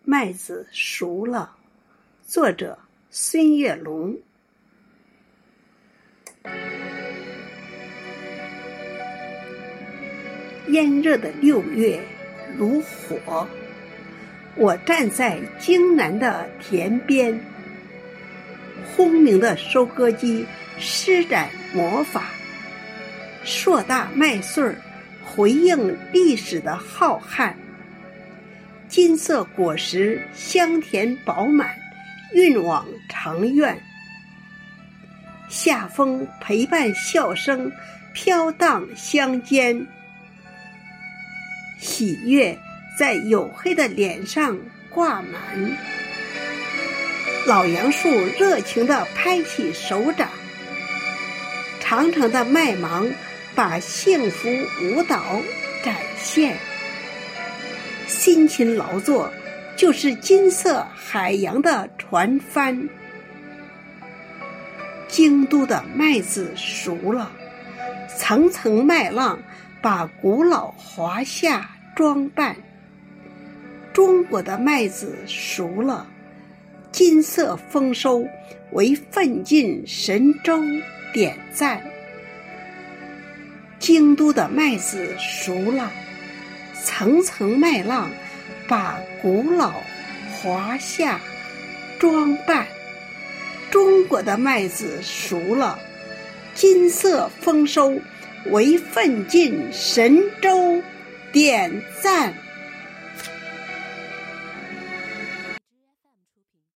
麦子熟了，作者孙月龙。炎热的6月如火，我站在京南的田边，轰鸣的收割机施展魔法，硕大麦穗回应历史的浩瀚，金色果实香甜饱满，运往长院。夏风陪伴笑声飘荡乡间，喜悦在黝黑的脸上挂满。老杨树热情地拍起手掌，长长的麦芒把幸福舞蹈展现。辛勤劳作就是金色海洋的船帆。京都的麦子熟了，层层麦浪把古老华夏装扮。中国的麦子熟了，金色丰收为奋进神州点赞。京都的麦子熟了，层层麦浪把古老华夏装扮。中国的麦子熟了，金色丰收为奋进神州点赞。